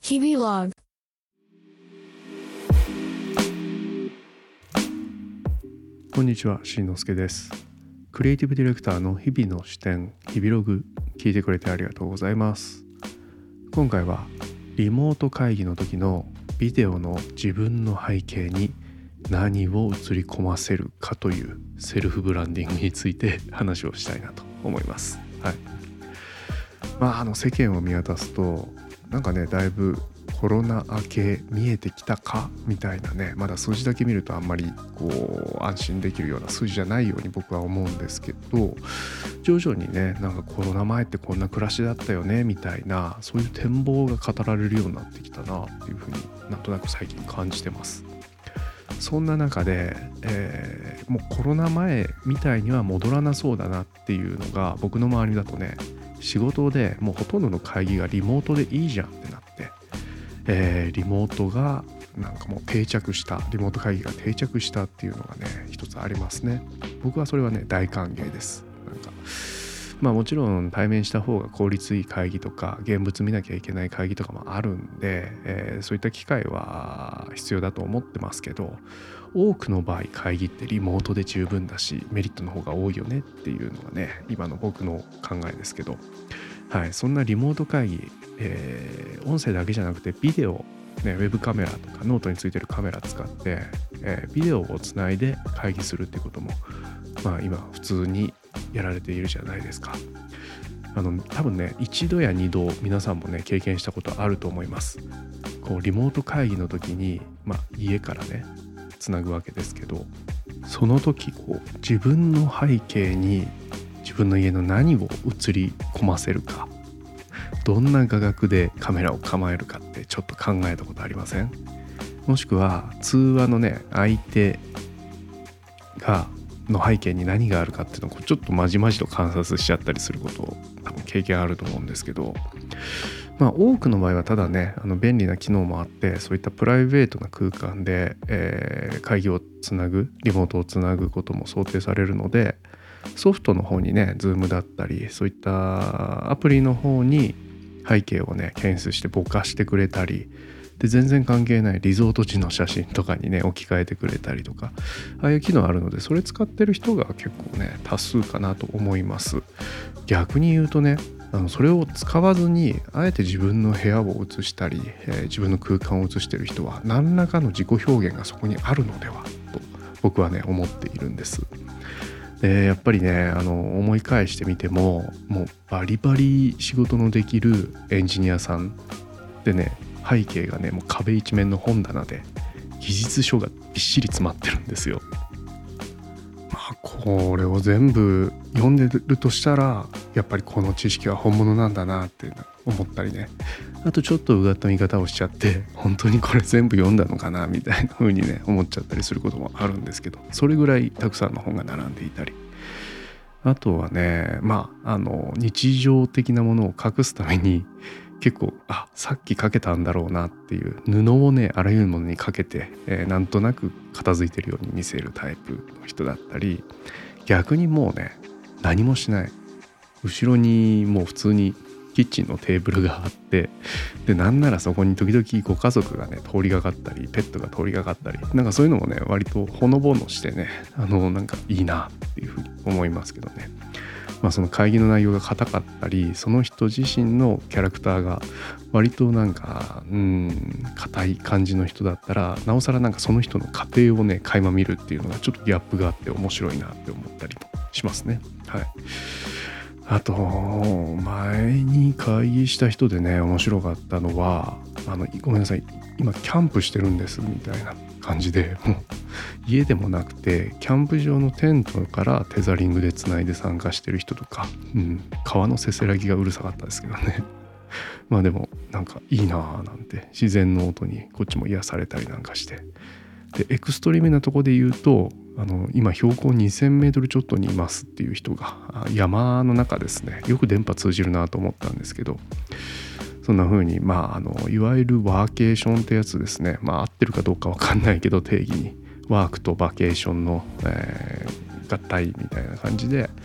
日々ログ。 こんにちは、しんのすけです。クリエイティブディレクターの日々の視点、日々ログ、聞いてくれてありがとうございます。今回はリモート会議の時のビデオの自分の背景に何を映り込ませるかというセルフブランディングについて話をしたいなと思います。はい。世間を見渡すとなんかね、だいぶコロナ明け見えてきたかみたいなね、まだ数字だけ見るとあんまり安心できるような数字じゃないように僕は思うんですけど、徐々にね、なんかコロナ前ってこんな暮らしだったよねみたいな、そういう展望が語られるようになってきたなっていうふうになんとなく最近感じてます。そんな中で、もうコロナ前みたいには戻らなそうだなっていうのが僕の周りだとね、仕事でもうほとんどの会議がリモートでいいじゃんってなって、リモートがなんかもう定着した、リモート会議が定着したっていうのがね、一つありますね。僕はそれはね、大歓迎です。なんかもちろん対面した方が効率いい会議とか現物見なきゃいけない会議とかもあるんで、そういった機会は必要だと思ってますけど、多くの場合会議ってリモートで十分だしメリットの方が多いよねっていうのがね、今の僕の考えですけど、はい、そんなリモート会議、音声だけじゃなくてビデオ、ね、ウェブカメラとかノートについてるカメラ使って、ビデオをつないで会議するっていうことも今普通にやられているじゃないですか。多分ね、一度や二度皆さんもね経験したことあると思います。リモート会議の時に、家からねつなぐわけですけど、その時自分の背景に自分の家の何を映り込ませるか、どんな画角でカメラを構えるかってちょっと考えたことありません？もしくは通話のね、相手の背景に何があるかっていうのをちょっとまじまじと観察しちゃったりすることを多分経験あると思うんですけど、多くの場合はただね、便利な機能もあって、そういったプライベートな空間で、会議をつなぐ、リモートをつなぐことも想定されるので、ソフトの方にね、Zoom だったりそういったアプリの方に背景をね検出してぼかしてくれたりで、全然関係ないリゾート地の写真とかにね置き換えてくれたりとか、ああいう機能あるので、それ使ってる人が結構ね多数かなと思います。逆に言うとね、それを使わずにあえて自分の部屋を映したり、自分の空間を映してる人は何らかの自己表現がそこにあるのではと僕はね思っているんです。でやっぱりね、思い返してみても、もうバリバリ仕事のできるエンジニアさんでね、背景がねもう壁一面の本棚で技術書がびっしり詰まってるんですよ。これを全部読んでるとしたら、やっぱりこの知識は本物なんだなって思ったりね、あとちょっとうがった見方をしちゃって、本当にこれ全部読んだのかなみたいな風にね思っちゃったりすることもあるんですけど、それぐらいたくさんの本が並んでいたり、あとはね、日常的なものを隠すために結構さっきかけたんだろうなっていう布をね、あらゆるものにかけて、なんとなく片付いてるように見せるタイプの人だったり、逆にもうね何もしない、後ろにもう普通にキッチンのテーブルがあって、でなんならそこに時々ご家族がね通りがかったり、ペットが通りがかったり、なんかそういうのもね割とほのぼのしてね、なんかいいなっていうふうに思いますけどね。その会議の内容が硬かったり、その人自身のキャラクターが割となんか硬い感じの人だったら、なおさらなんかその人の過程をね垣間見るっていうのがちょっとギャップがあって面白いなって思ったりもしますね。はい。あと前に会議した人でね面白かったのは、ごめんなさい、今キャンプしてるんですみたいな感じで、もう家でもなくてキャンプ場のテントからテザリングでつないで参加してる人とか、川のせせらぎがうるさかったですけどね。でもなんかいいなぁなんて、自然の音にこっちも癒されたりなんかして、でエクストリームなとこで言うと、今標高2000メートルちょっとにいますっていう人が山の中ですね。よく電波通じるなと思ったんですけど、そんな風にいわゆるワーケーションってやつですね。合ってるかどうかわかんないけど、定義にワークとバケーションの、合体みたいな感じで、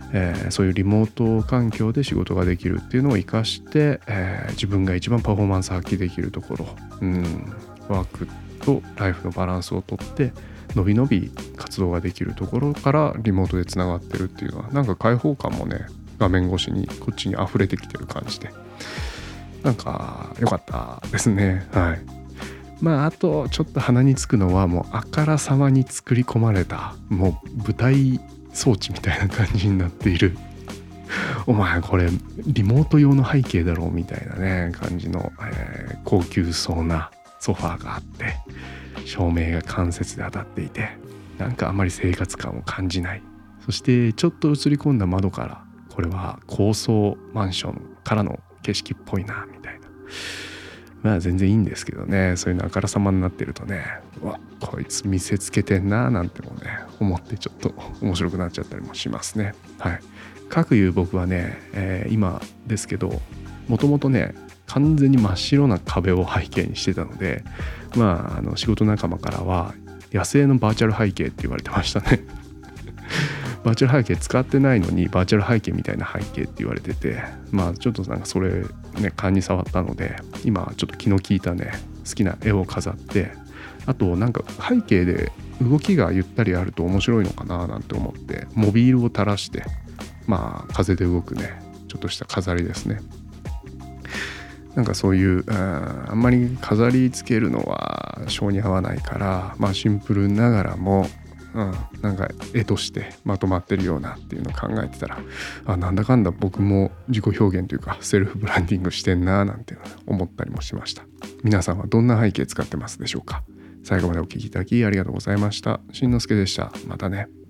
そういうリモート環境で仕事ができるっていうのを生かして、自分が一番パフォーマンス発揮できるところ、ワークとライフのバランスをとってのびのび活動ができるところからリモートでつながってるっていうのはなんか開放感もね画面越しにこっちに溢れてきてる感じでなんか良かったですね。はい。あとちょっと鼻につくのはもうあからさまに作り込まれたもう舞台装置みたいな感じになっているお前これリモート用の背景だろうみたいなね感じの、高級そうなソファーがあって照明が間接で当たっていてなんかあまり生活感を感じない。そしてちょっと映り込んだ窓からこれは高層マンションからの景色っぽいなみたいな。全然いいんですけどね、そういうのあからさまになってるとね、うわこいつ見せつけてんななんてもね思ってちょっと面白くなっちゃったりもしますね。はい。かくいう僕はね、今ですけどもともとね完全に真っ白な壁を背景にしてたので仕事仲間からは野生のバーチャル背景って言われてましたねバーチャル背景使ってないのにバーチャル背景みたいな背景って言われててちょっとなんかそれね勘に触ったので今ちょっと気の利いたね好きな絵を飾ってあとなんか背景で動きがゆったりあると面白いのかななんて思ってモビールを垂らして風で動くねちょっとした飾りですね。なんかそういうあんまり飾りつけるのは性に合わないからシンプルながらもなんか絵としてまとまってるようなっていうのを考えてたらなんだかんだ僕も自己表現というかセルフブランディングしてんななんていうのを思ったりもしました。皆さんはどんな背景使ってますでしょうか。最後までお聞きいただきありがとうございました。しんのすけでした。またね。